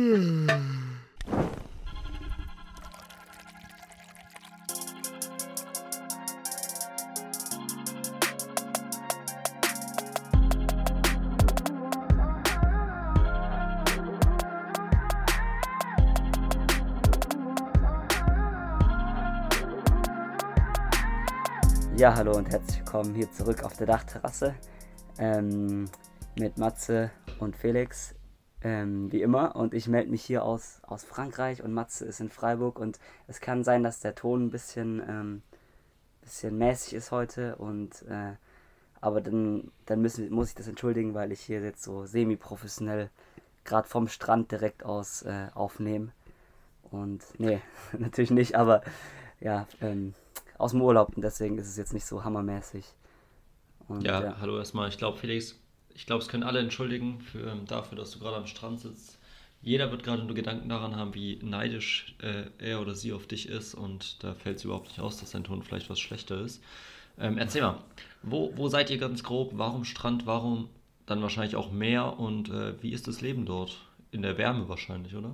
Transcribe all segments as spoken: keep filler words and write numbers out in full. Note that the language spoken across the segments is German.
Ja, hallo und herzlich willkommen hier zurück auf der Dachterrasse ähm, mit Matze und Felix, ähm, wie immer. Und ich melde mich hier aus, aus Frankreich und Matze ist in Freiburg. Und es kann sein, dass der Ton ein bisschen, ähm, bisschen mäßig ist heute. Und, äh, aber dann, dann müssen, muss ich das entschuldigen, weil ich hier jetzt so semi-professionell gerade vom Strand direkt aus äh, aufnehme. Und nee, natürlich nicht, aber ja, ähm, aus dem Urlaub und deswegen ist es jetzt nicht so hammermäßig. Und Ja, ja, hallo erstmal. Ich glaube, Felix, ich glaube, es können alle entschuldigen für, ähm, dafür, dass du gerade am Strand sitzt. Jeder wird gerade nur Gedanken daran haben, wie neidisch äh, er oder sie auf dich ist und da fällt es überhaupt nicht aus, dass dein Ton vielleicht was schlechter ist. Ähm, erzähl mal, wo, wo seid ihr ganz grob? Warum Strand? Warum dann wahrscheinlich auch Meer? Und äh, wie ist das Leben dort? In der Wärme wahrscheinlich, oder?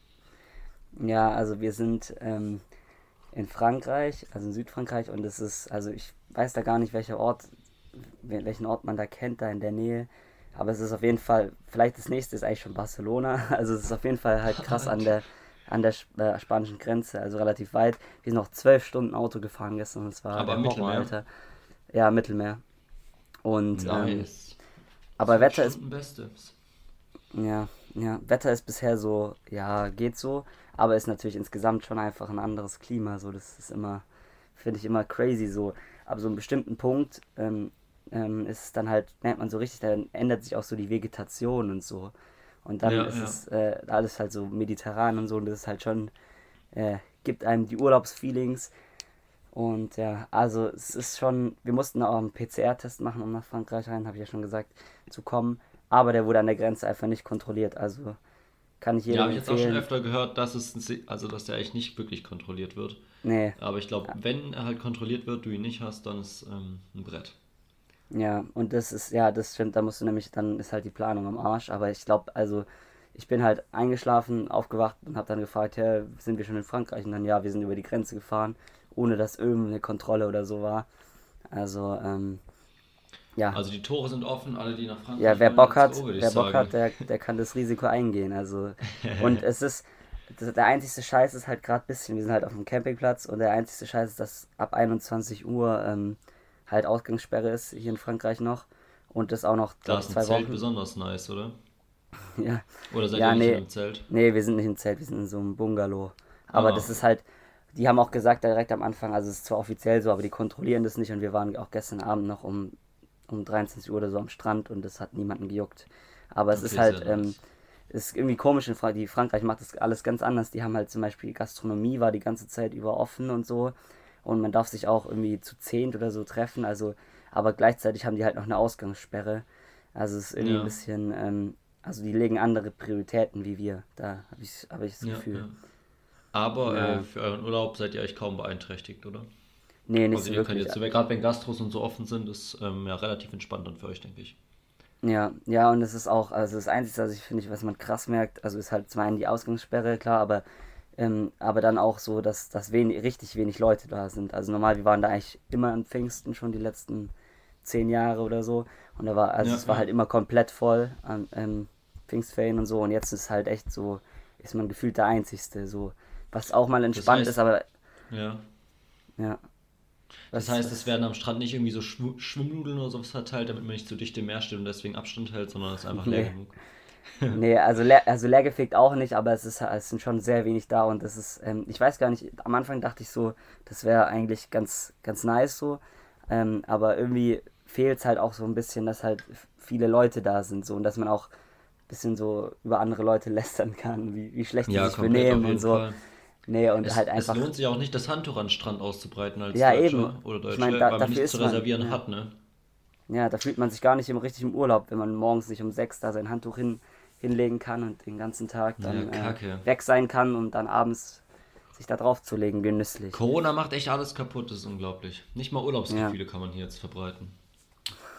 ja, also wir sind ähm, in Frankreich, also in Südfrankreich und es ist, also ich weiß da gar nicht, welcher Ort, welchen Ort man da kennt, da in der Nähe. Aber es ist auf jeden Fall, vielleicht das nächste ist eigentlich schon Barcelona. Also es ist auf jeden Fall halt krass an der, an der Sp- äh, spanischen Grenze, also relativ weit. Wir sind noch zwölf Stunden Auto gefahren gestern und es war Aber im der Horror, Mittelmeer? Alter. Ja, Mittelmeer. Und, ähm, Nice. aber Zwölf Wetter ist, Stunden Bestes. ja, ja, Wetter ist bisher so, ja, geht so, aber ist natürlich insgesamt schon einfach ein anderes Klima, so, das ist immer, finde ich immer crazy so. Aber so einen bestimmten Punkt ähm, ähm, ist es dann halt, merkt man so richtig, dann ändert sich auch so die Vegetation und so. Und dann Ja, ist ja. es äh, alles halt so mediterran und so und das ist halt schon, äh, gibt einem die Urlaubsfeelings. Und ja, also es ist schon, wir mussten auch einen P C R-Test machen, um nach Frankreich rein, habe ich ja schon gesagt, zu kommen. Aber der wurde an der Grenze einfach nicht kontrolliert. Also kann ich Ja, jedem habe ich jetzt auch schon empfehlen. öfter gehört, dass es, ein Si- also dass der eigentlich nicht wirklich kontrolliert wird. Nee, Aber ich glaube, wenn er halt kontrolliert wird, du ihn nicht hast, dann ist ähm, ein Brett. ja, und das ist, ja, das stimmt, da musst du nämlich, dann ist halt die Planung am Arsch. Aber ich glaube, also ich bin halt eingeschlafen, aufgewacht und habe dann gefragt, ja, sind wir schon in Frankreich? Und dann, ja, wir sind über die Grenze gefahren, ohne dass irgendeine Kontrolle oder so war. Also, ähm, ja, Also die Tore sind offen, alle, die nach ja, Frankreich wer wollen, Bock let's go, hat, würde ich wer Bock sagen. hat, der, der kann das Risiko eingehen. Also, und es ist, das, der einzigste Scheiß ist halt gerade ein bisschen, wir sind halt auf dem Campingplatz und der einzigste Scheiß ist, dass ab einundzwanzig Uhr ähm, halt Ausgangssperre ist, hier in Frankreich noch. Und das auch noch, Da glaube ich, ist ein zwei Zelt Wochen. besonders nice, oder? Ja, Oder seid ihr ja, nicht in nee, einem Zelt? nee, wir sind nicht im Zelt, wir sind in so einem Bungalow. Aber Ah, das ist okay. halt, die haben auch gesagt direkt am Anfang, also es ist zwar offiziell so, aber die kontrollieren das nicht und wir waren auch gestern Abend noch um, um dreiundzwanzig Uhr oder so am Strand und das hat niemanden gejuckt. Aber es ist Okay, sehr halt, ähm, nice. ist irgendwie komisch in Frankreich, Frankreich macht das alles ganz anders. Die haben halt zum Beispiel Gastronomie war die ganze Zeit über offen und so und man darf sich auch irgendwie zu zehnt oder so treffen, also, aber gleichzeitig haben die halt noch eine Ausgangssperre. Also es ist irgendwie ein Ja, bisschen, ähm, also die legen andere Prioritäten wie wir. Da habe ich, hab ich das ja, Gefühl. ja. Aber äh, Ja, für euren Urlaub seid ihr euch kaum beeinträchtigt, oder? nee, nicht Also so ihr könnt wirklich. jetzt, gerade wenn Gastros und so offen sind, ist ähm, ja relativ entspannt dann für euch, denke ich. Ja, ja, und es ist auch, also das Einzige, was ich finde, was man krass merkt, also ist halt zum einen die Ausgangssperre, klar, aber, ähm, aber dann auch so, dass, dass wenig, richtig wenig Leute da sind. Also normal, wir waren da eigentlich immer an Pfingsten schon die letzten zehn Jahre oder so. Und da war, also Ja, es war ja. halt immer komplett voll an ähm, Pfingstferien und so. Und jetzt ist halt echt so, ist man gefühlt der Einzigste, so. Was auch mal Das entspannt ist, heißt, aber ja. ja, Das was, heißt, es was, werden am Strand nicht irgendwie so Schw Schwimmnudeln oder sowas verteilt, damit man nicht zu dicht im Meer steht und deswegen Abstand hält, sondern es ist einfach leer nee. genug. Nee, also, leer, also leergefegt auch nicht, aber es, ist, es sind schon sehr wenig da und das ist, ähm, ich weiß gar nicht, am Anfang dachte ich so, das wäre eigentlich ganz, ganz nice so, ähm, aber irgendwie fehlt es halt auch so ein bisschen, dass halt viele Leute da sind so und dass man auch ein bisschen so über andere Leute lästern kann, wie, wie schlecht die Ja, sich komplett auf benehmen und jeden so. Fall. Nee, und Es, halt es einfach, lohnt sich auch nicht, das Handtuch an den Strand auszubreiten als ja eben, Deutscher oder ich meine, Deutsche, da, weil man dafür nichts zu ist man, reservieren ja, hat, ne? ja, da fühlt man sich gar nicht im richtigen Urlaub, wenn man morgens nicht um sechs da sein Handtuch hin, hinlegen kann und den ganzen Tag Ja, dann äh, kacke. weg sein kann und dann abends sich da drauf zu legen, genüsslich. Corona macht echt alles kaputt, das ist unglaublich. Nicht mal Ja, Urlaubsgefühle kann man hier jetzt verbreiten.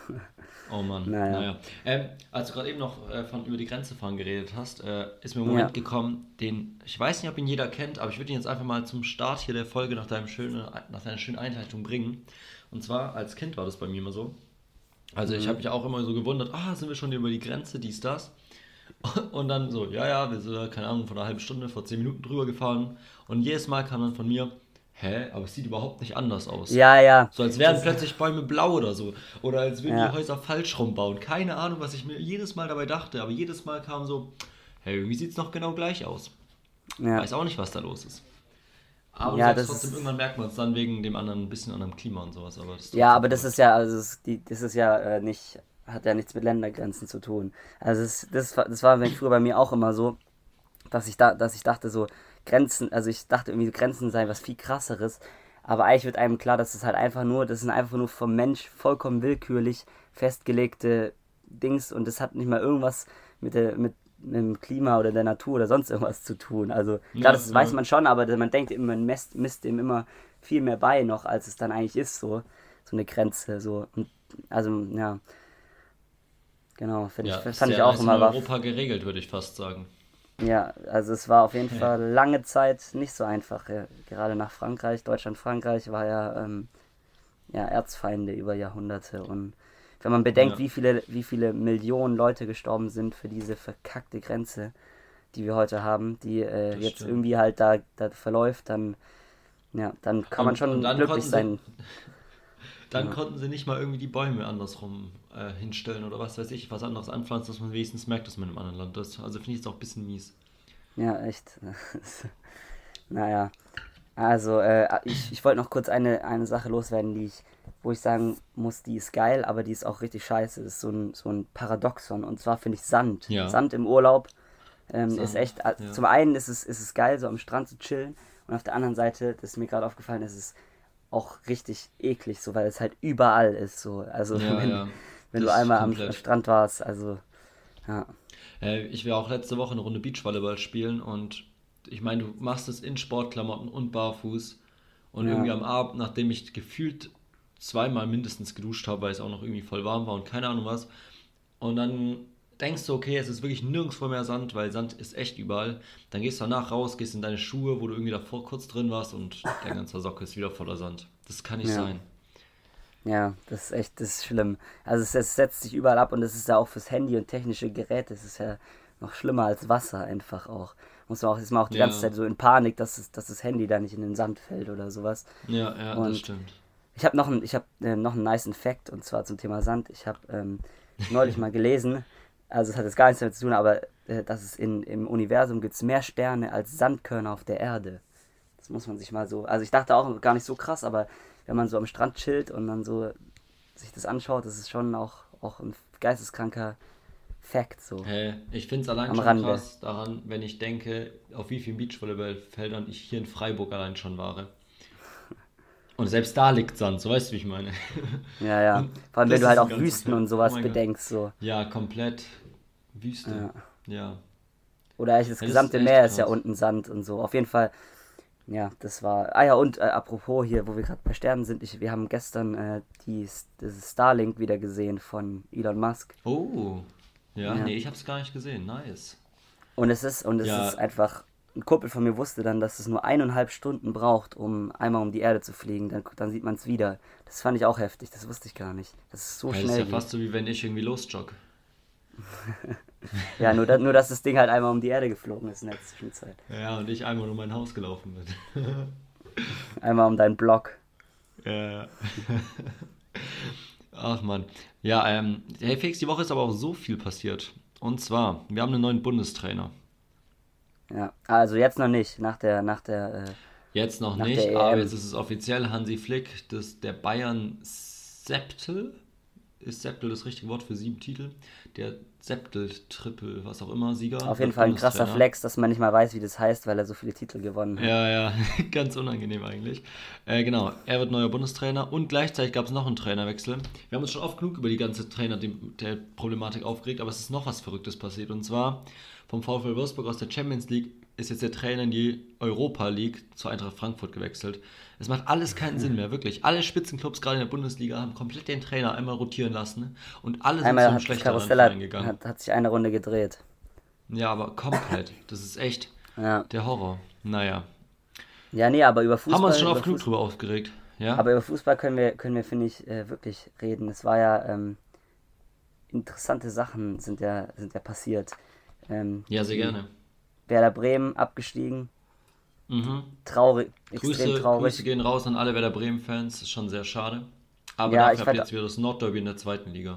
Oh Mann, Naja, naja. Ähm, als du gerade eben noch äh, von über die Grenze fahren geredet hast, äh, ist mir ein ja, Moment gekommen, den, ich weiß nicht, ob ihn jeder kennt, aber ich würde ihn jetzt einfach mal zum Start hier der Folge nach deinem schönen, nach deiner schönen Einleitung bringen. Und zwar, als Kind war das bei mir immer so. Also ich habe mhm. mich auch immer so gewundert, ah, sind wir schon über die Grenze, dies, das. Und dann so, ja, ja, wir sind, keine Ahnung, von einer halben Stunde, vor zehn Minuten drüber gefahren. Und jedes Mal kam dann von mir, hä, aber es sieht überhaupt nicht anders aus. Ja, ja, So als wären das, plötzlich Bäume blau oder so. Oder als würden die ja, Häuser falsch rumbauen. Keine Ahnung, was ich mir jedes Mal dabei dachte. Aber jedes Mal kam so, hey, irgendwie sieht es noch genau gleich aus. ja, Weiß auch nicht, was da los ist. Aber du ja, sagst das trotzdem, ist, irgendwann merkt man es dann wegen dem anderen, ein bisschen anderem Klima und sowas. Aber das ist ja, trotzdem aber das ist verrückt. ja, also es, die, das ist ja äh, nicht, hat ja nichts mit Ländergrenzen zu tun. Also es, das, war- das war nämlich früher bei mir auch immer so, dass ich da, dass ich dachte so, Grenzen, also ich dachte irgendwie Grenzen seien was viel krasseres, aber eigentlich wird einem klar, dass es halt einfach nur, das sind einfach nur vom Mensch vollkommen willkürlich festgelegte Dings und das hat nicht mal irgendwas mit der, mit, mit dem Klima oder der Natur oder sonst irgendwas zu tun. Also klar, Ja, das weiß ja, man schon, aber man denkt immer, man misst, misst dem immer viel mehr bei noch, als es dann eigentlich ist, so, so eine Grenze, so. Und also, ja, genau, finde ich, ja, fand ich sehr auch nice in immer, war Europa geregelt, würde ich fast sagen. ja, also es war auf jeden Fall lange Zeit nicht so einfach. Ja. Gerade nach Frankreich, Deutschland, Frankreich war ja, ähm, ja Erzfeinde über Jahrhunderte. Und wenn man bedenkt, Ja, wie viele, wie viele Millionen Leute gestorben sind für diese verkackte Grenze, die wir heute haben, die äh, das jetzt stimmt. irgendwie halt da, da verläuft, dann, ja, dann kann man Und, und schon dann glücklich konnten sie, sein. dann Ja, konnten sie nicht mal irgendwie die Bäume andersrum äh, hinstellen oder was weiß ich, was anderes anpflanzen, dass man wenigstens merkt, dass man im anderen Land ist. Also finde ich es auch ein bisschen mies. ja echt. Naja. Also, äh, ich, ich wollte noch kurz eine, eine Sache loswerden, die ich, wo ich sagen muss, die ist geil, aber die ist auch richtig scheiße. Das ist so ein, so ein Paradoxon. Und zwar finde ich Sand. Ja, Sand im Urlaub ähm, ist Sand, echt. äh, ja. Zum einen ist es, ist es geil, so am Strand zu chillen. Und auf der anderen Seite, das ist mir gerade aufgefallen, ist es auch richtig eklig, so, weil es halt überall ist. So. Also, Ja, wenn, ja, wenn du das einmal am, am komplett. Strand warst, also, ja. Äh, ich war auch letzte Woche eine Runde Beachvolleyball spielen und ich meine, du machst es in Sportklamotten und barfuß und irgendwie Ja, am Abend, nachdem ich gefühlt zweimal mindestens geduscht habe, weil es auch noch irgendwie voll warm war und keine Ahnung was, und dann denkst du, okay, es ist wirklich nirgendwo mehr Sand, weil Sand ist echt überall. Dann gehst du danach raus, gehst in deine Schuhe, wo du irgendwie davor kurz drin warst und dein ganzer Sock ist wieder voller Sand. Das kann nicht ja. sein. Ja, das ist echt, das ist schlimm. Also es, es setzt sich überall ab und es ist ja auch fürs Handy und technische Geräte, es ist ja noch schlimmer als Wasser einfach auch. Muss man auch, ist man auch die ganze Ja, Zeit so in Panik, dass, es, dass das Handy da nicht in den Sand fällt oder sowas. ja, ja, das Und stimmt. ich habe noch einen, ich habe äh, noch einen nicen Fact und zwar zum Thema Sand. Ich habe ähm, neulich mal gelesen, also es hat jetzt gar nichts damit zu tun, aber äh, dass es in, im Universum gibt es mehr Sterne als Sandkörner auf der Erde. Das muss man sich mal so. Also ich dachte auch gar nicht so krass, aber wenn man so am Strand chillt und dann so sich das anschaut, das ist schon auch, auch ein geisteskranker Fact so Hey, ich finde es allein am schon Rande. krass daran, wenn ich denke, auf wie vielen Beachvolleyballfeldern ich hier in Freiburg allein schon war. Und selbst da liegt Sand, so weißt du, wie ich meine. Ja, ja. Und Vor allem, wenn das du halt ist ein auch ganzes Wüsten Feld. und Oh sowas mein Gott. bedenkst, so. Ja, komplett Wüste. Ja. Ja. Oder eigentlich das Ja, das ist gesamte echt Meer ist ja krass. unten Sand und so. Auf jeden Fall, ja, das war. Ah ja, und äh, apropos hier, wo wir gerade bei Sternen sind, ich, wir haben gestern äh, die, das Starlink wieder gesehen von Elon Musk. Oh. Ja, Ja. nee, ich hab's gar nicht gesehen. Nice. Und es ist, und es ist Ja, einfach, ein Kumpel von mir wusste dann, dass es nur eineinhalb Stunden braucht, um einmal um die Erde zu fliegen. Dann, dann sieht man es wieder. Das fand ich auch heftig, das wusste ich gar nicht. Dass es so ja, das ist schnell ja geht. fast so, wie wenn ich irgendwie losjogge. Ja, nur, da, nur dass das Ding halt einmal um die Erde geflogen ist in der Zwischenzeit. Ja, und ich einmal um mein Haus gelaufen bin. Einmal um deinen Block. Ja. Ach man. Ja, ähm, hey Felix, die Woche ist aber auch so viel passiert. Und zwar, wir haben einen neuen Bundestrainer. Ja, also jetzt noch nicht, nach der, nach der, äh, Jetzt noch nach der nicht, aber E M. jetzt ist es offiziell Hansi Flick, das, der Bayern Septel. Ist Septel das richtige Wort für sieben Titel? Der Septel, Triple, was auch immer, Sieger, Auf jeden wird Fall ein krasser Bundestrainer. Flex, dass man nicht mal weiß, wie das heißt, weil er so viele Titel gewonnen hat. Ja, ja, ganz unangenehm eigentlich. Äh, genau, er wird neuer Bundestrainer und gleichzeitig gab es noch einen Trainerwechsel. Wir haben uns schon oft genug über die ganze Trainer, die, der Problematik aufgeregt, aber es ist noch was Verrücktes passiert. Und zwar vom VfL Wolfsburg aus der Champions League ist jetzt der Trainer in die Europa League zu Eintracht Frankfurt gewechselt. Es macht alles keinen Sinn mehr, wirklich. Alle Spitzenclubs, gerade in der Bundesliga, haben komplett den Trainer einmal rotieren lassen und alle sind Einmal zum hat das schlechteren Karussell Verein hat, gegangen. hat, hat sich eine Runde gedreht. Ja, aber komplett. Das ist echt Ja. der Horror. Naja. Ja, nee, aber über Haben wir uns Fußball, schon über oft genug Fuß, drüber aufgeregt. Ja? aber über Fußball können wir, können wir, finde ich, äh, wirklich reden. Es war ja, ähm, interessante Sachen sind ja, sind ja passiert. Ähm, Ja, sehr die gerne. Werder Bremen abgestiegen. Mhm. Traurig, extrem Grüße, Grüße traurig. gehen raus an alle Werder Bremen-Fans. Ist schon sehr schade. Aber Ja, dafür ich habt ihr fand, jetzt wieder das Nordderby in der zweiten Liga.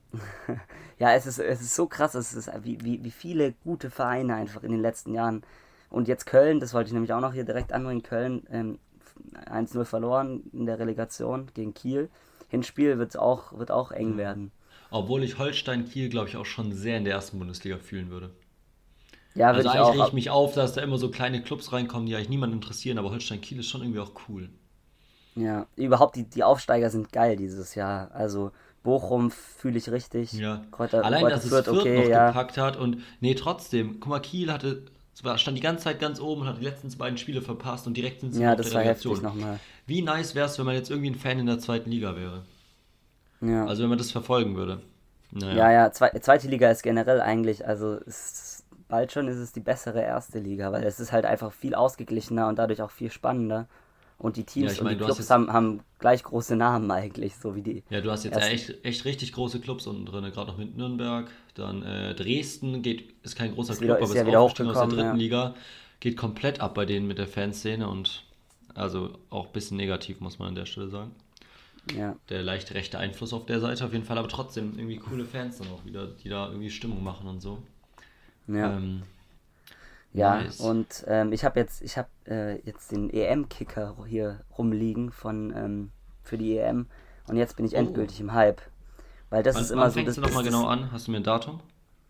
ja, es ist, es ist so krass, es ist, wie, wie, wie viele gute Vereine einfach in den letzten Jahren. Und jetzt Köln, das wollte ich nämlich auch noch hier direkt anbringen, Köln, ähm, eins null verloren in der Relegation gegen Kiel. Hinspiel wird's auch, wird auch eng werden. Obwohl ich Holstein-Kiel, glaube ich, auch schon sehr in der ersten Bundesliga fühlen würde. Ja, würde Also ich eigentlich auch. rege ich ab- mich auf, dass da immer so kleine Clubs reinkommen, die eigentlich niemanden interessieren, aber Holstein-Kiel ist schon irgendwie auch cool. Ja, überhaupt die, die Aufsteiger sind geil dieses Jahr. Also Bochum fühle ich richtig. Ja. Kräuter, Allein, Kräuter dass es Fürth, Fürth okay, noch ja. gepackt hat und nee, trotzdem, guck mal, Kiel hatte, zwar stand die ganze Zeit ganz oben und hat die letzten beiden Spiele verpasst und direkt sind sie Ja, noch auf das der war heftig Relegation. nochmal. Wie nice wäre es, wenn man jetzt irgendwie ein Fan in der zweiten Liga wäre? Ja. Also wenn man das verfolgen würde. Naja. Ja, ja, zwei, zweite Liga ist generell eigentlich, also ist, bald schon ist es die bessere erste Liga, weil es ist halt einfach viel ausgeglichener und dadurch auch viel spannender. Und die Ja, Teams ich und die meine, du hast Clubs jetzt, haben, haben gleich große Namen eigentlich, so wie die ja, du hast jetzt ja ersten. echt, echt richtig große Clubs unten drin, gerade noch mit Nürnberg. Dann äh, Dresden geht, ist kein großer Ist wieder, Club, ist aber ja ist wieder aufgestiegen aus der hochgekommen, dritten ja. Liga. Geht komplett ab bei denen mit der Fanszene und also auch ein bisschen negativ, muss man an der Stelle sagen. Ja, Der leicht rechte Einfluss auf der Seite auf jeden Fall, aber trotzdem irgendwie coole Fans dann auch wieder, die da irgendwie Stimmung machen und so. ja. Ähm, Ja, nice. und ähm, ich habe jetzt, ich habe äh, jetzt den E M-Kicker hier rumliegen von ähm, für die E M und jetzt bin ich Oh, endgültig im Hype, weil das ist wann, immer wann so fängst das, du das, nochmal genau das an? Hast du mir ein Datum?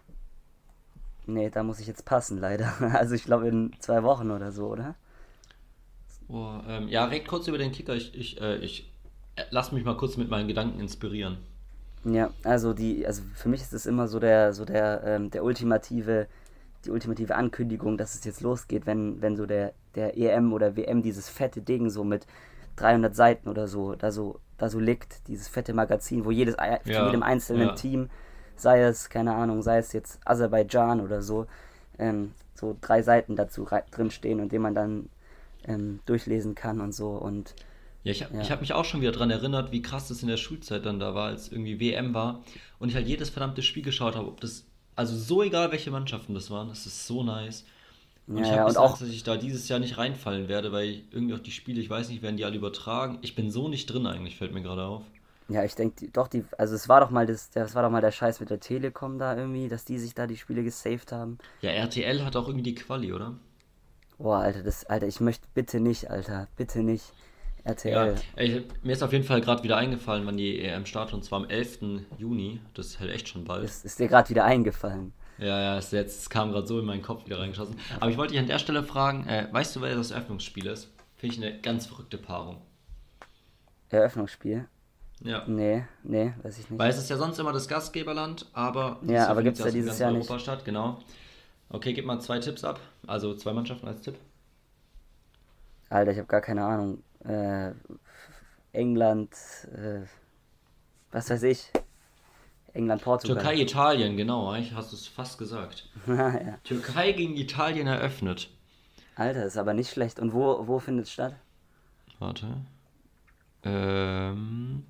nee, da muss ich jetzt passen leider. Also ich glaube in zwei Wochen oder so, oder? Oh, ähm, ja, red kurz über den Kicker. Ich, ich, äh, ich äh, lass mich mal kurz mit meinen Gedanken inspirieren. Ja, also die, also für mich ist es immer so der, so der, ähm, der ultimative, die ultimative Ankündigung, dass es jetzt losgeht, wenn, wenn so der, der E M oder W M dieses fette Ding so mit dreihundert Seiten oder so, da so, da so liegt, dieses fette Magazin, wo jedes, ei- von jedem Ja, einzelnen ja. Team, sei es, keine Ahnung, sei es jetzt Aserbaidschan oder so, ähm, so drei Seiten dazu rei- drin stehen und den man dann ähm, durchlesen kann und so und Ja, ich habe ich ja, hab mich auch schon wieder dran erinnert, wie krass das in der Schulzeit dann da war, als irgendwie W M war und ich halt jedes verdammte Spiel geschaut habe, ob das, also so egal welche Mannschaften das waren, das ist so nice. Und ja, ich habe ein ja, und bisschen auch Angst, dass ich da dieses Jahr nicht reinfallen werde, weil ich irgendwie auch die Spiele, ich weiß nicht, werden die alle übertragen. Ich bin so nicht drin eigentlich, fällt mir gerade auf. ja, ich denke, doch, die, also es war doch mal das, das war doch mal der Scheiß mit der Telekom da irgendwie, dass die sich da die Spiele gesaved haben. Ja, R T L hat auch irgendwie die Quali, oder? Boah, Alter, das, Alter, ich möchte bitte nicht, Alter, bitte nicht. Ja, R T L. ey, mir ist auf jeden Fall gerade wieder eingefallen, wann die E M startet, und zwar am elften Juni. Das ist halt echt schon bald. Ist, ist dir gerade wieder eingefallen. Ja, ja, es, jetzt, es kam gerade so in meinen Kopf wieder reingeschossen. Aber ich wollte dich an der Stelle fragen, äh, weißt du, wer das Eröffnungsspiel ist? Finde ich eine ganz verrückte Paarung. Eröffnungsspiel? Ja. Nee, nee, weiß ich nicht. Weil es ist ja sonst immer das Gastgeberland, aber dieses Ja, Jahr aber findet gibt's es ja ja aus in dieses ganz Jahr nicht. Europa statt, genau. Okay, gib mal zwei Tipps ab. Also zwei Mannschaften als Tipp. Alter, ich habe gar keine Ahnung. Äh, England, äh, was weiß ich. England, Türkei, Portugal. Italien, genau, eigentlich hast du es fast gesagt. Ja. Türkei gegen Italien eröffnet. Alter, ist aber nicht schlecht. Und wo, wo findet es statt? Warte. Ähm,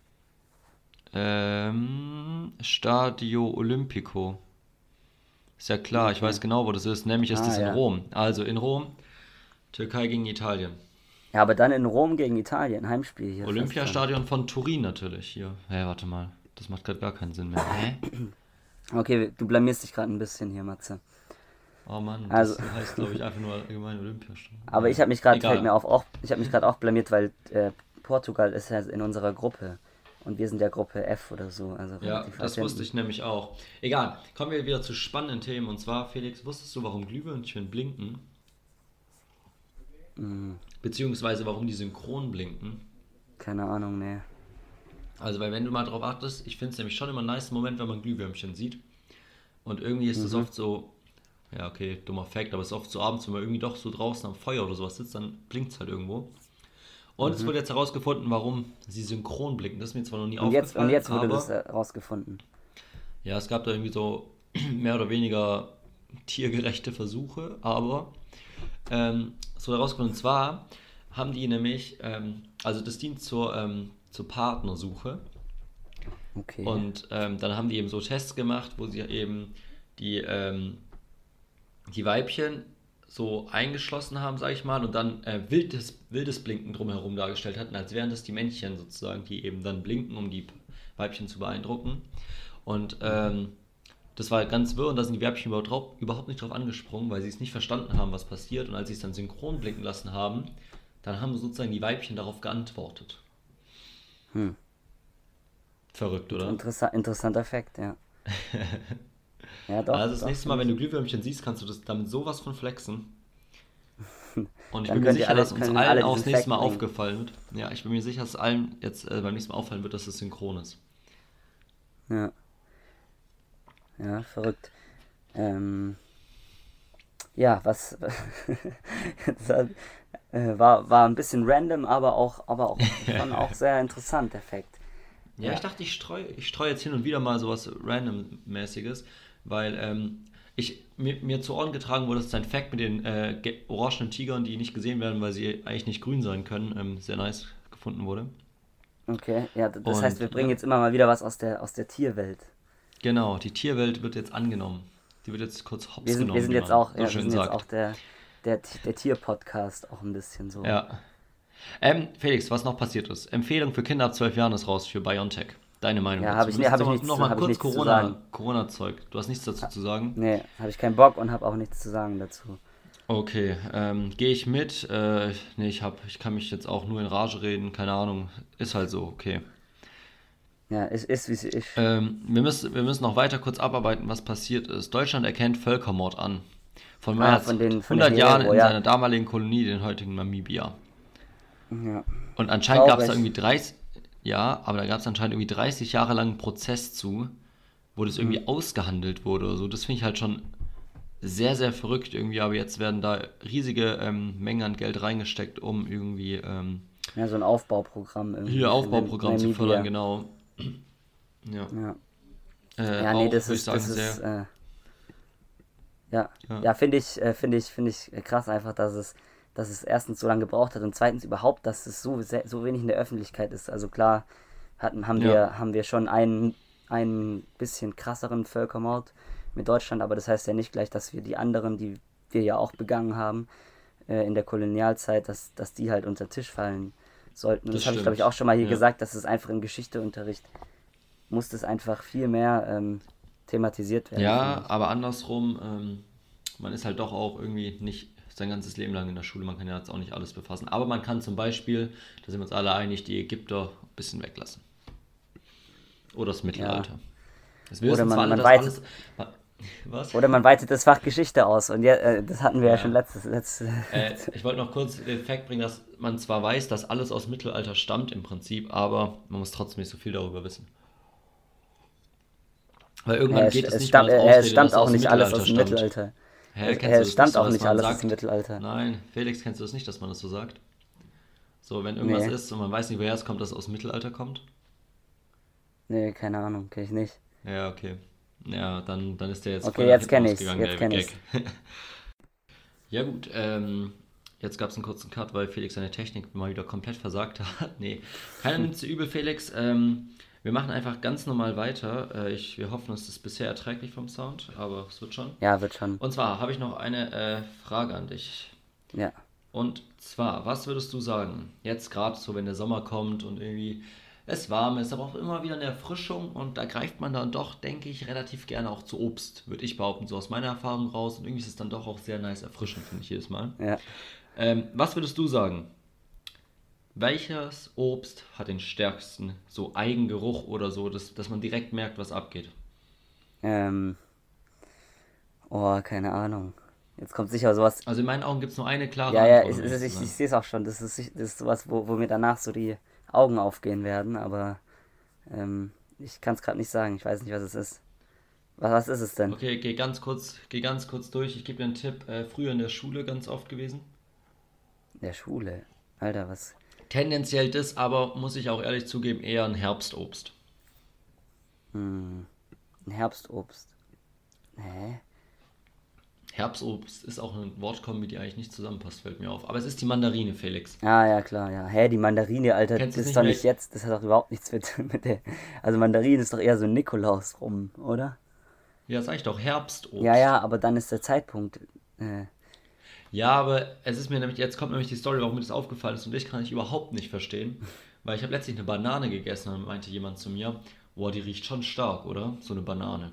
ähm, Stadio Olimpico. Ist ja klar, ich Okay. weiß genau, wo das ist. Nämlich ist Ah, es in ja. Rom. Also in Rom, Türkei gegen Italien. Ja, aber dann in Rom gegen Italien. Heimspiel hier fast schon. Olympiastadion von Turin natürlich hier. Hä, warte mal. Das macht gerade gar keinen Sinn mehr. Hä? Okay, du blamierst dich gerade ein bisschen hier, Matze. Oh Mann, Also, das heißt, glaube ich, einfach nur allgemein Olympiastadion. aber ich Naja, habe mich gerade, fällt egal. mir auf, auch, ich habe mich gerade auch blamiert, weil äh, Portugal ist ja in unserer Gruppe und wir sind ja Gruppe F oder so, also Ja, relativ weit das wusste hinten. ich nämlich auch. Egal, kommen wir wieder zu spannenden Themen. Und zwar, Felix, wusstest du, warum Glühwürmchen blinken? Hm, Beziehungsweise warum die synchron blinken? keine Ahnung, nee. Also, weil wenn du mal drauf achtest, ich finde es nämlich schon immer einen nice Moment, wenn man Glühwürmchen sieht. Und irgendwie ist das Mhm. oft so, ja okay, dummer Fact, aber es ist oft so abends, wenn man irgendwie doch so draußen am Feuer oder sowas sitzt, dann blinkt es halt irgendwo. Und es Mhm. wurde jetzt herausgefunden, warum sie synchron blinken. Das ist mir zwar noch nie Und jetzt, und aufgefallen, jetzt wurde das aber äh, rausgefunden. ja, es gab da irgendwie so mehr oder weniger tiergerechte Versuche, aber ähm, es wurde herausgefunden, und zwar haben die nämlich, ähm, also das dient zur, ähm, zur Partnersuche. Okay. Und ähm, dann haben die eben so Tests gemacht, wo sie eben die, ähm, die Weibchen so eingeschlossen haben, sag ich mal, und dann äh, wildes, wildes Blinken drumherum dargestellt hatten, als wären das die Männchen sozusagen, die eben dann blinken, um die Weibchen zu beeindrucken. Und ähm, das war ganz wirr und da sind die Weibchen überhaupt, überhaupt nicht drauf angesprungen, weil sie es nicht verstanden haben, was passiert. Und als sie es dann synchron blinken lassen haben, dann haben sozusagen die Weibchen darauf geantwortet. Hm. Verrückt, oder? Interessa interessanter Fakt, ja. Ja, doch, Also das doch, nächste Mal, finde wenn du ich. Glühwürmchen siehst, kannst du das damit sowas von flexen. Und ich Dann bin mir könnt ihr sicher, alle, dass uns können allen alle auch diesen das nächste Fact Mal bringen. aufgefallen wird. Ja, ich bin mir sicher, dass allen jetzt äh, beim nächsten Mal auffallen wird, dass es synchron ist. Ja, ja, verrückt. Ähm, ja, was das hat, äh, war, war ein bisschen random, aber auch, aber auch schon auch sehr interessant, der Fact. Ja, ich Ja, dachte, ich streue ich streu jetzt hin und wieder mal sowas Random-mäßiges, weil ähm, ich, mir, mir zu Ohren getragen wurde, dass sein Fact mit den äh, ge- orangenen Tigern, die nicht gesehen werden, weil sie eigentlich nicht grün sein können, ähm, sehr nice gefunden wurde. okay. Ja, d- das heißt, wir Und bringen ja, jetzt immer mal wieder was aus der, aus der Tierwelt. genau, die Tierwelt wird jetzt angenommen. Die wird jetzt kurz Wir hops sind, wir genommen, sind wie jetzt man auch, so ja, wir schön sind jetzt sagt. auch der, der, der Tier-Podcast auch ein bisschen so. Ja. Ähm, Felix, was noch passiert ist. Empfehlung für Kinder ab zwölf Jahren ist raus für BioNTech. Deine Meinung Ja, habe dazu? ich, Wir nee, müssen hab jetzt ich noch mal, nichts noch zu, mal habe ich kurz nichts zu sagen. Corona, Corona-Zeug. Du hast nichts dazu zu sagen? Nee, habe ich keinen Bock und habe auch nichts zu sagen dazu. Okay, ähm, gehe ich mit? Äh, nee, ich hab, ich kann mich jetzt auch nur in Rage reden, keine Ahnung. Ist halt so, okay. Ja, es ist, wie es ist. Ähm, wir müssen, wir müssen noch weiter kurz abarbeiten, was passiert ist. Deutschland erkennt Völkermord an. Von mehr Ah, als von den, von den hundert Jahren Herero, in ja. seiner damaligen Kolonie, den heutigen Namibia. Ja, Und anscheinend gab es da traurig. irgendwie dreißig, ja, aber da gab es anscheinend irgendwie dreißig Jahre lang einen Prozess zu, wo das Hm. irgendwie ausgehandelt wurde oder so. Das finde ich halt schon sehr, sehr verrückt irgendwie, aber jetzt werden da riesige ähm, Mengen an Geld reingesteckt, um irgendwie ähm, Ja, so ein Aufbauprogramm irgendwie hier für Nam Aufbauprogramm zu fördern, Namibia. genau. Ja, Ja. äh, Ja, nee, auch das würde ich ist, das sagen, ist, sehr, äh, ja. ja, Ja, finde ich, äh, finde ich, finde ich krass einfach, dass es, dass es erstens so lange gebraucht hat und zweitens überhaupt, dass es so, sehr, so wenig in der Öffentlichkeit ist. Also klar hatten, haben ja, wir, haben wir schon einen, einen bisschen krasseren Völkermord mit Deutschland, aber das heißt ja nicht gleich, dass wir die anderen, die wir ja auch begangen haben, äh, in der Kolonialzeit, dass, dass die halt unter den Tisch fallen sollten. Und das das habe ich, glaube ich, auch stimmt. schon mal hier Ja. gesagt, dass es einfach im Geschichteunterricht muss das einfach viel mehr ähm, thematisiert werden, finde Ja, ich. aber andersrum, ähm, man ist halt doch auch irgendwie nicht sein ganzes Leben lang in der Schule, man kann ja jetzt auch nicht alles befassen. Aber man kann zum Beispiel, da sind wir uns alle einig, die Ägypter ein bisschen weglassen. Oder das Ja. Mittelalter. Wir Oder wissen zwar man, alle, man dass weitet, alles. Was? oder man weitet das Fach Geschichte aus. Und ja, äh, das hatten wir ja schon Ja. letztes, letztes Äh, ich wollte noch kurz den Fakt bringen, dass man zwar weiß, dass alles aus Mittelalter stammt im Prinzip, aber man muss trotzdem nicht so viel darüber wissen. Weil Ja, irgendwann es, geht es es, nicht mehr stammt, als äh, es Ausrede, dass stammt es auch aus dem nicht alles aus Mittelalter dem stammt. Mittelalter. Hä, Es, kennst äh, du es das nicht stammt so, auch dass nicht man alles aus dem sagt? Mittelalter. Nein, Felix, kennst du das nicht, dass man das so sagt? So, wenn irgendwas Nee, ist und man weiß nicht, woher es kommt, dass es aus dem Mittelalter kommt? nee, keine Ahnung, kenn ich nicht. Ja, okay. Ja, dann, dann ist der jetzt voll Okay, nach jetzt hinten kenn ich's, losgegangen, jetzt der kenn Gag. ich's. Ja gut, ähm, jetzt gab es einen kurzen Cut, weil Felix seine Technik mal wieder komplett versagt hat. Nee, keiner nimmt sie übel, Felix. Ähm, wir machen einfach ganz normal weiter. Äh, ich, wir hoffen, es ist bisher erträglich vom Sound, aber es wird schon. Ja, wird schon. Und zwar habe ich noch eine äh, Frage an dich. Ja. Und zwar, was würdest du sagen, jetzt gerade so, wenn der Sommer kommt und irgendwie es warm ist, aber auch immer wieder eine Erfrischung und da greift man dann doch, denke ich, relativ gerne auch zu Obst, würde ich behaupten, so aus meiner Erfahrung raus und irgendwie ist es dann doch auch sehr nice erfrischend, finde ich jedes Mal. Ja. Ähm, was würdest du sagen? Welches Obst hat den stärksten so Eigengeruch oder so, dass, dass man direkt merkt, was abgeht? Ähm, oh, keine Ahnung. Jetzt kommt sicher sowas. Also in meinen Augen gibt es nur eine klare Ja, ja, Antwort, es, um es, ehrlich zu ich, ich sein. sehe es auch schon. Das ist, sich- das ist sowas, wo, wo mir danach so die Augen aufgehen werden, aber ähm, ich kann es gerade nicht sagen. Ich weiß nicht, was es ist. Was, was ist es denn? Okay, geh ganz kurz, geh ganz kurz durch. Ich gebe dir einen Tipp. Äh, früher in der Schule ganz oft gewesen. In der Schule. Alter, was? Tendenziell das, aber muss ich auch ehrlich zugeben, eher ein Herbstobst. Hm, ein Herbstobst. Hä? Herbstobst ist auch eine Wortkombi, die eigentlich nicht zusammenpasst, fällt mir auf. Aber es ist die Mandarine, Felix. Ah, ja, klar, ja. Hä, die Mandarine, Alter, Kennst das du es ist nicht doch mehr? nicht jetzt. Das hat doch überhaupt nichts mit, mit der. Also Mandarine ist doch eher so Nikolaus rum, oder? Ja, sag ich doch, Ja, Herbstobst. ja, aber dann ist der Zeitpunkt. Äh, Ja, aber es ist mir nämlich, jetzt kommt nämlich die Story, warum mir das aufgefallen ist und ich kann ich überhaupt nicht verstehen. Weil ich habe letztlich eine Banane gegessen und meinte jemand zu mir, boah, die riecht schon stark, oder? So eine Banane.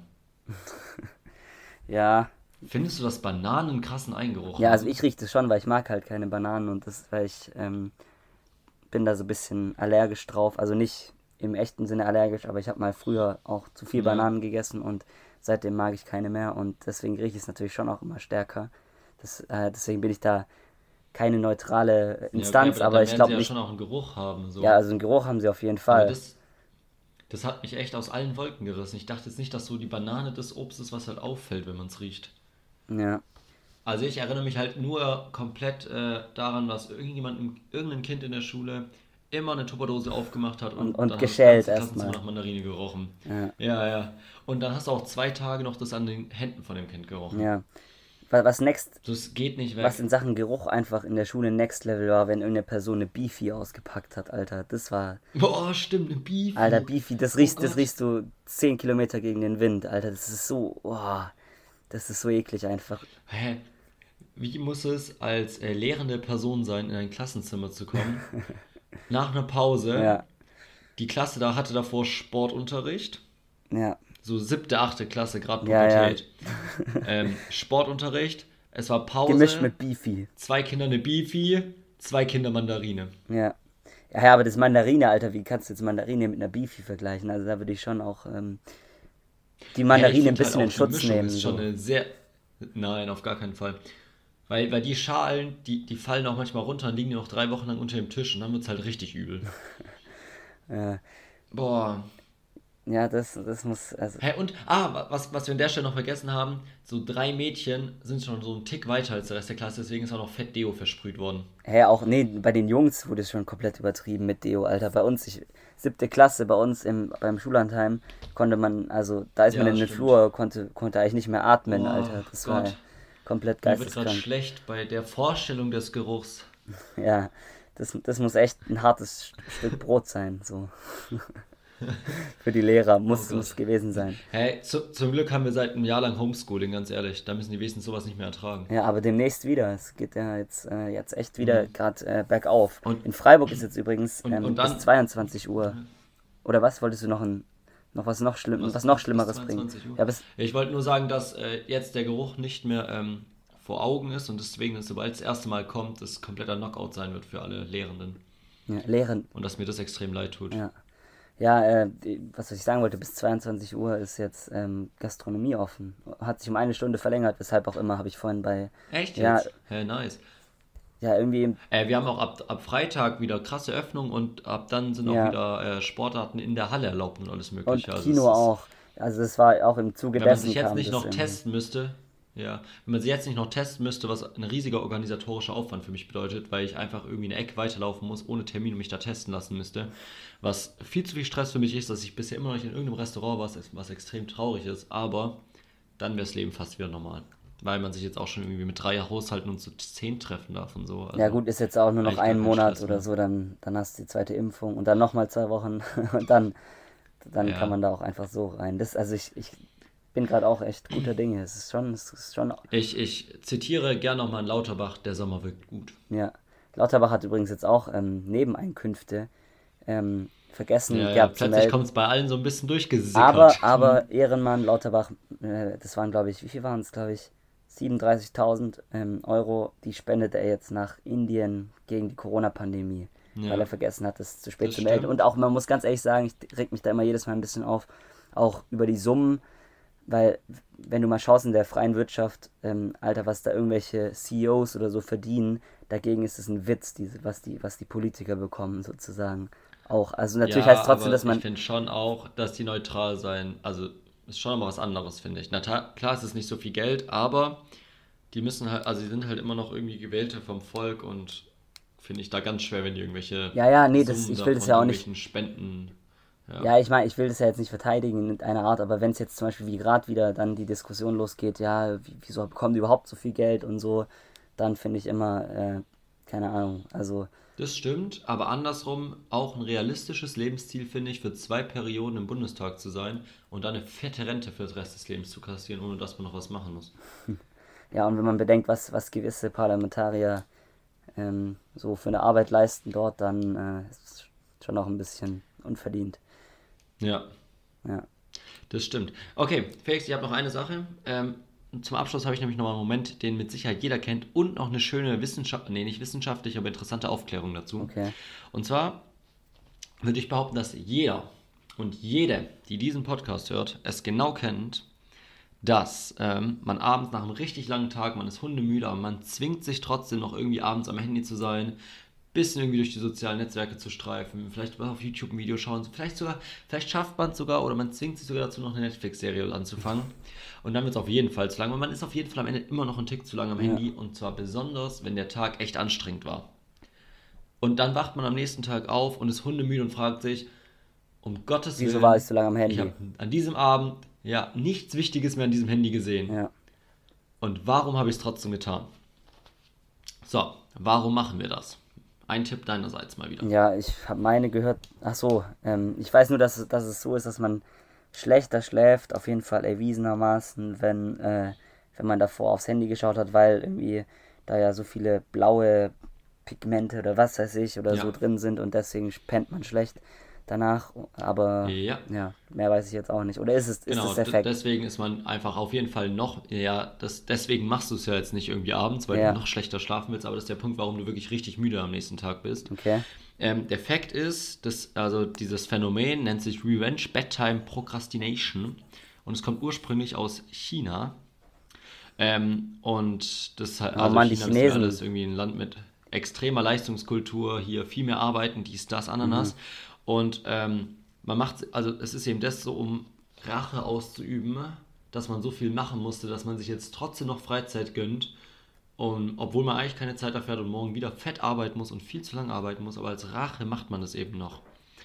ja. Findest du, dass Bananen einen krassen Eingeruch Ja, also haben? ich rieche das schon, weil ich mag halt keine Bananen und das, weil ich ähm, bin da so ein bisschen allergisch drauf. Also nicht im echten Sinne allergisch, aber ich habe mal früher auch zu viel Ja. Bananen gegessen und seitdem mag ich keine mehr und deswegen rieche ich es natürlich schon auch immer stärker. Das, äh, deswegen bin ich da keine neutrale Ja, okay, Instanz, aber aber dann ich werden sie glaube ja nicht. schon auch einen Geruch haben, Ja, so. also einen Geruch haben sie auf jeden Aber Fall. das, das hat mich echt aus allen Wolken gerissen. Ich dachte jetzt nicht, dass so die Banane das Obst ist, was halt auffällt, wenn man es riecht. Ja. Also ich erinnere mich halt nur komplett äh, daran, dass irgendjemand, im- irgendein Kind in der Schule immer eine Tupperdose aufgemacht hat Und, und und dann hat das geschält ganze Klassenzimmer erstmal. nach Mandarine gerochen. Ja. Ja, ja. Und dann hast du auch zwei Tage noch das an den Händen von dem Kind gerochen. Ja. Wa- Was next, Das geht nicht was weg. in Sachen Geruch einfach in der Schule Next Level war, wenn irgendeine Person eine Beefy ausgepackt hat, Alter. Das war, Boah, stimmt, eine Alter, Beefy. Beefy, das Oh riechst, das Gott. riechst du zehn Kilometer gegen den Wind, Alter. Das ist so, oh, das ist so eklig einfach. Hä? Wie muss es als äh, lehrende Person sein, in ein Klassenzimmer zu kommen? Nach einer Pause, Ja, die Klasse da hatte davor Sportunterricht, ja, so siebte, achte Klasse, gerade ja, ja. Pubertät. Ähm, Sportunterricht, es war Gemischt Pause, mit Beefy. zwei Kinder eine Beefy, zwei Kinder Mandarine. Ja. Ja, ja, aber das Mandarine, Alter, wie kannst du jetzt Mandarine mit einer Beefy vergleichen? Also da würde ich schon auch ähm, die Hä, ich Mandarine ein finde halt bisschen in auch die Schutz Mischung nehmen, ist schon so. eine sehr... Nein, auf gar keinen Fall. Weil, weil die Schalen, die, die fallen auch manchmal runter und liegen die noch drei Wochen lang unter dem Tisch und dann wird es halt richtig übel. Äh, Boah. ja, das, das muss, also, Hä, und, ah, was, was wir an der Stelle noch vergessen haben, so drei Mädchen sind schon so einen Tick weiter als der Rest der Klasse, deswegen ist auch noch Fett Deo versprüht worden. hä, auch, nee, bei den Jungs wurde es schon komplett übertrieben mit Deo, Alter. Bei uns, ich, siebte Klasse, bei uns im, beim Schullandheim konnte man, also da ist man Ja, in den stimmt. Flur, konnte, konnte eigentlich nicht mehr atmen, Oh Alter. Das war Gott, komplett mir wird gerade geisteskrank. schlecht bei der Vorstellung des Geruchs. Ja, das, das muss echt ein hartes Stück Brot sein, so. Für die Lehrer Oh muss, muss Gott. gewesen sein. Hey, zu, zum Glück haben wir seit einem Jahr lang Homeschooling, ganz ehrlich. Da müssen die wenigstens sowas nicht mehr ertragen. Ja, aber demnächst wieder. Es geht ja jetzt, äh, jetzt echt wieder Mhm. gerade äh, bergauf. Und, In Freiburg ist jetzt übrigens und, ähm, und bis dann, zweiundzwanzig Uhr. Oder was? Wolltest du noch ein, noch was noch schlimm, was was, noch bis, bis Schlimmeres bringen? zweiundzwanzig Uhr. Ja, bis, Ja, ich wollte nur sagen, dass äh, jetzt der Geruch nicht mehr ähm, vor Augen ist und deswegen, sobald das erste Mal kommt, es kompletter Knockout sein wird für alle Lehrenden. ja, Lehren, Und dass mir das extrem leid tut. ja. Ja, äh, die, was ich sagen wollte, bis zweiundzwanzig Uhr ist jetzt ähm, Gastronomie offen. Hat sich um eine Stunde verlängert, weshalb auch immer, habe ich vorhin bei, Echt ja, jetzt? Hä, nice. ja, irgendwie, Äh, wir haben auch ab, ab Freitag wieder krasse Öffnung und ab dann sind auch ja, wieder äh, Sportarten in der Halle erlaubt und alles und Mögliche. Also es Kino ist, auch. Also es war auch im Zuge wenn man sich dessen jetzt kam nicht das noch irgendwie. testen müsste, ja, wenn man sich jetzt nicht noch testen müsste, was ein riesiger organisatorischer Aufwand für mich bedeutet, weil ich einfach irgendwie eine Ecke weiterlaufen muss, ohne Termin und mich da testen lassen müsste, was viel zu viel Stress für mich ist, dass ich bisher immer noch nicht in irgendeinem Restaurant war, was, was extrem traurig ist, aber dann wäre das Leben fast wieder normal. Weil man sich jetzt auch schon irgendwie mit drei Haushalten und zu zehn treffen darf und so. Ja Also gut, ist jetzt auch nur noch eigentlich gar ein kein Monat Stress oder mehr. so, dann, dann hast du die zweite Impfung und dann nochmal zwei Wochen und dann, dann kann Ja. man da auch einfach so rein. Das, also ich, ich bin gerade auch echt guter Dinge. Es ist schon, es ist schon, Ich, ich zitiere gern nochmal Lauterbach, der Sommer wirkt gut. ja. Lauterbach hat übrigens jetzt auch ähm, Nebeneinkünfte ähm, vergessen Ja, ja, gehabt zu plötzlich kommt melden. es bei allen so ein bisschen durchgesickert. Aber, aber Ehrenmann Lauterbach, äh, das waren glaube ich, wie viel waren es, glaube ich, siebenunddreißigtausend ähm, Euro, die spendet er jetzt nach Indien gegen die Corona-Pandemie, weil er Ja, vergessen hat, das zu spät das zu melden. Und stimmt. auch, man muss ganz ehrlich sagen, ich reg mich da immer jedes Mal ein bisschen auf, auch über die Summen, weil wenn du mal schaust in der freien Wirtschaft, ähm, Alter, was da irgendwelche C E Os oder so verdienen, dagegen ist es ein Witz, diese, was die, was die Politiker bekommen sozusagen auch. Also natürlich heißt Ja, es trotzdem, dass aber ich man, finde schon auch, dass die neutral sein, also ist schon mal was anderes, finde ich. Na ta- klar, es ist nicht so viel Geld, aber die müssen halt, also die sind halt immer noch irgendwie Gewählte vom Volk und finde ich da ganz schwer, wenn die irgendwelche Ja, ja, nee, das, Summen ich will das davon ja auch nicht. irgendwelchen Spenden. Ja, Ja, ich meine, ich will das ja jetzt nicht verteidigen in einer Art, aber wenn es jetzt zum Beispiel wie gerade wieder dann die Diskussion losgeht, ja, wie, wieso bekommen die überhaupt so viel Geld und so, dann finde ich immer, äh, keine Ahnung, also, das stimmt, aber andersrum auch ein realistisches Lebensziel, finde ich, für zwei Perioden im Bundestag zu sein und dann eine fette Rente für den Rest des Lebens zu kassieren, ohne dass man noch was machen muss. ja, und wenn man bedenkt, was, was gewisse Parlamentarier ähm, so für eine Arbeit leisten dort, dann äh, ist es schon auch ein bisschen unverdient. Ja, Ja, das stimmt. Okay, Felix, ich habe noch eine Sache. Ähm, zum Abschluss habe ich nämlich noch mal einen Moment, den mit Sicherheit jeder kennt und noch eine schöne Wissenschaft, nee, nicht wissenschaftliche, aber interessante Aufklärung dazu. okay. Und zwar würde ich behaupten, dass jeder und jede, die diesen Podcast hört, es genau kennt, dass ähm, man abends nach einem richtig langen Tag, man ist hundemüde, aber man zwingt sich trotzdem noch irgendwie abends am Handy zu sein, bisschen irgendwie durch die sozialen Netzwerke zu streifen, vielleicht mal auf YouTube ein Video schauen, vielleicht sogar, vielleicht schafft man es sogar oder man zwingt sich sogar dazu, noch eine Netflix-Serie anzufangen. Und dann wird es auf jeden Fall zu lang, weil man ist auf jeden Fall am Ende immer noch einen Tick zu lang am Ja. Handy und zwar besonders, wenn der Tag echt anstrengend war. Und dann wacht man am nächsten Tag auf und ist hundemüde und fragt sich, um Gottes Wieso Willen, war ich so lange am ich Handy? habe an diesem Abend ja nichts Wichtiges mehr an diesem Handy gesehen. Ja. Und warum habe ich es trotzdem getan? So, warum machen wir das? Ein Tipp deinerseits mal wieder. Ja, ich habe meine gehört. Ach so, ähm, ich weiß nur, dass, es- dass es so ist, dass man schlechter schläft, auf jeden Fall erwiesenermaßen, wenn, äh, wenn man davor aufs Handy geschaut hat, weil irgendwie da ja so viele blaue Pigmente oder was weiß ich oder so Ja, drin sind und deswegen pennt man schlecht danach. Aber ja, ja, mehr weiß ich jetzt auch nicht. Oder ist es, ist genau. es der D- Fakt? deswegen ist man einfach auf jeden Fall noch, ja, das, deswegen machst du es ja jetzt nicht irgendwie abends, weil du Ja, noch schlechter schlafen willst, aber das ist der Punkt, warum du wirklich richtig müde am nächsten Tag bist. okay. Ähm, der Fakt ist, dass also dieses Phänomen nennt sich Revenge Bedtime Procrastination und es kommt ursprünglich aus China. Ähm, und das, Oh also Mann, die China wissen wir alle, ist Chinesen. irgendwie ein Land mit extremer Leistungskultur, hier viel mehr arbeiten, dies, das, Mhm. Ananas. Und ähm, man macht, also es ist eben das so, um Rache auszuüben, dass man so viel machen musste, dass man sich jetzt trotzdem noch Freizeit gönnt. Und obwohl man eigentlich keine Zeit dafür hat und morgen wieder fett arbeiten muss und viel zu lange arbeiten muss, aber als Rache macht man das eben noch.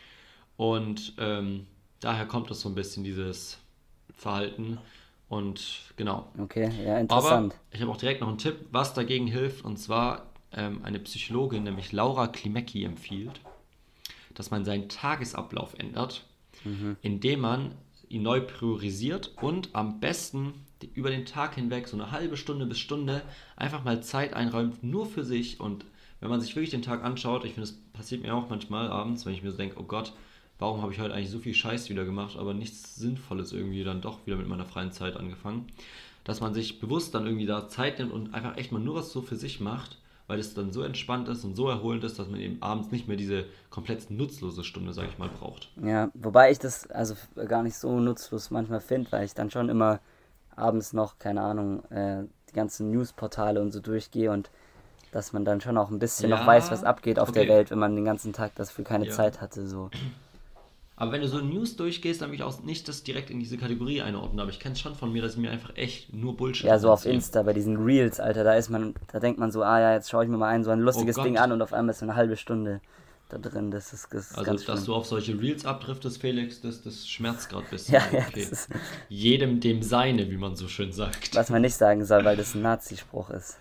Und ähm, daher kommt das so ein bisschen, dieses Verhalten. Und genau. Okay, ja, Aber interessant. ich habe auch direkt noch einen Tipp, was dagegen hilft. Und zwar ähm, eine Psychologin, nämlich Laura Klimecki, empfiehlt, dass man seinen Tagesablauf ändert, Mhm. indem man ihn neu priorisiert und am besten über den Tag hinweg so eine halbe Stunde bis Stunde einfach mal Zeit einräumt, nur für sich. Und wenn man sich wirklich den Tag anschaut, ich finde, das passiert mir auch manchmal abends, wenn ich mir so denke, oh Gott, warum habe ich heute eigentlich so viel Scheiß wieder gemacht, aber nichts Sinnvolles irgendwie dann doch wieder mit meiner freien Zeit angefangen, dass man sich bewusst dann irgendwie da Zeit nimmt und einfach echt mal nur was so für sich macht, weil es dann so entspannt ist und so erholend ist, dass man eben abends nicht mehr diese komplett nutzlose Stunde, sage ich mal, braucht. Ja, wobei ich das also f- gar nicht so nutzlos manchmal finde, weil ich dann schon immer abends noch, keine Ahnung, äh, die ganzen Newsportale und so durchgehe und dass man dann schon auch ein bisschen noch weiß, was Ja, abgeht auf der okay, Welt, wenn man den ganzen Tag dafür keine ja. Zeit hatte, so. Aber wenn du so News durchgehst, dann will ich auch nicht das direkt in diese Kategorie einordnen. Aber ich kenne es schon von mir, dass ich mir einfach echt nur Bullshit Ja, so auf reinziehe. Insta bei diesen Reels, Alter, da ist man, da denkt man so, ah ja, jetzt schaue ich mir mal ein, so ein Oh lustiges Ding Gott. an und auf einmal ist so eine halbe Stunde da drin. Das ist, das ist Also, ganz dass schlimm. du auf solche Reels abdriftest, Felix, das, das schmerzt gerade ein Ja, bisschen. Aber ja, das okay. ist, Jedem dem seine, wie man so schön sagt. was man nicht sagen soll, weil das ein Nazispruch ist.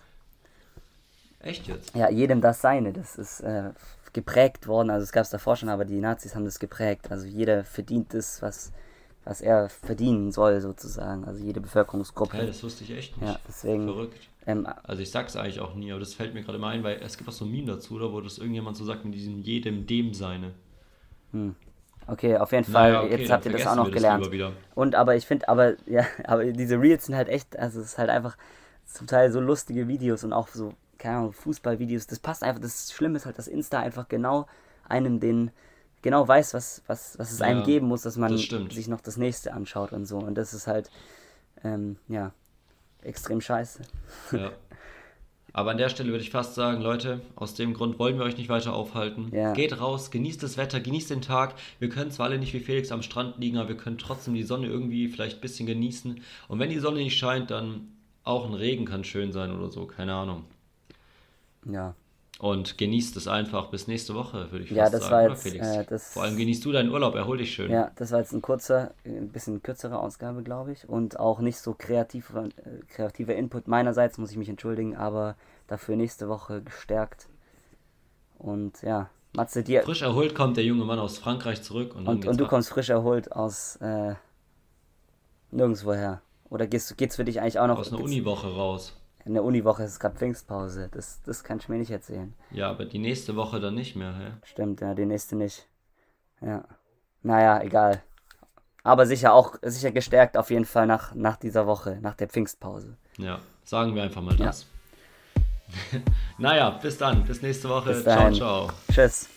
Echt jetzt? Ja, jedem das Seine, das ist äh, geprägt worden, also es gab es davor schon, aber die Nazis haben das geprägt. Also jeder verdient das, was, was er verdienen soll, sozusagen. Also jede Hä, Bevölkerungsgruppe. das wusste ich echt Ja, nicht. deswegen, Verrückt. ähm, Also ich sag's eigentlich auch nie, aber das fällt mir gerade immer ein, weil es gibt auch so ein Meme dazu, oder, wo das irgendjemand so sagt mit diesem jedem dem seine. hm. Okay, auf jeden Naja, Fall, okay, jetzt dann habt ihr das auch vergessen wir noch das gelernt. lieber wieder. Und aber ich finde, aber, ja, aber diese Reels sind halt echt, also es ist halt einfach zum Teil so lustige Videos und auch so, keine Ahnung, Fußballvideos, das passt einfach, das Schlimme ist halt, dass Insta einfach genau einem den, genau weiß, was, was, was es einem Ja, geben muss, dass das man stimmt. sich noch das nächste anschaut und so. Und das ist halt, ähm, ja, extrem scheiße. Ja. Aber an der Stelle würde ich fast sagen, Leute, aus dem Grund wollen wir euch nicht weiter aufhalten. Ja. Geht raus, genießt das Wetter, genießt den Tag. Wir können zwar alle nicht wie Felix am Strand liegen, aber wir können trotzdem die Sonne irgendwie vielleicht ein bisschen genießen. Und wenn die Sonne nicht scheint, dann auch ein Regen kann schön sein oder so, keine Ahnung. Ja. Und genießt es einfach bis nächste Woche, würde ich Ja, fast das sagen, war oder jetzt, Felix? äh, das- Vor allem genießt du deinen Urlaub, erhol dich schön. Ja, das war jetzt ein kurzer, ein bisschen kürzere Ausgabe, glaube ich. Und auch nicht so kreativ, äh, kreativer Input meinerseits, muss ich mich entschuldigen, aber dafür nächste Woche gestärkt. Und ja, Matze, dir. Frisch erholt kommt der junge Mann aus Frankreich zurück und dann Und, geht's und du ab. kommst frisch erholt aus äh, nirgendwoher. Oder gehst, geht's für dich eigentlich auch noch? aus einer geht's- Uniwoche raus. In der Uniwoche ist gerade Pfingstpause. Das, das kann ich mir nicht erzählen. Ja, aber die nächste Woche dann nicht mehr, hä? Stimmt, ja, die nächste nicht. Ja. Naja, egal. Aber sicher auch, sicher gestärkt auf jeden Fall nach, nach dieser Woche, nach der Pfingstpause. Ja, sagen wir einfach mal Ja. das. Naja, bis dann, bis nächste Woche. Bis Ciao, dahin. ciao. Tschüss.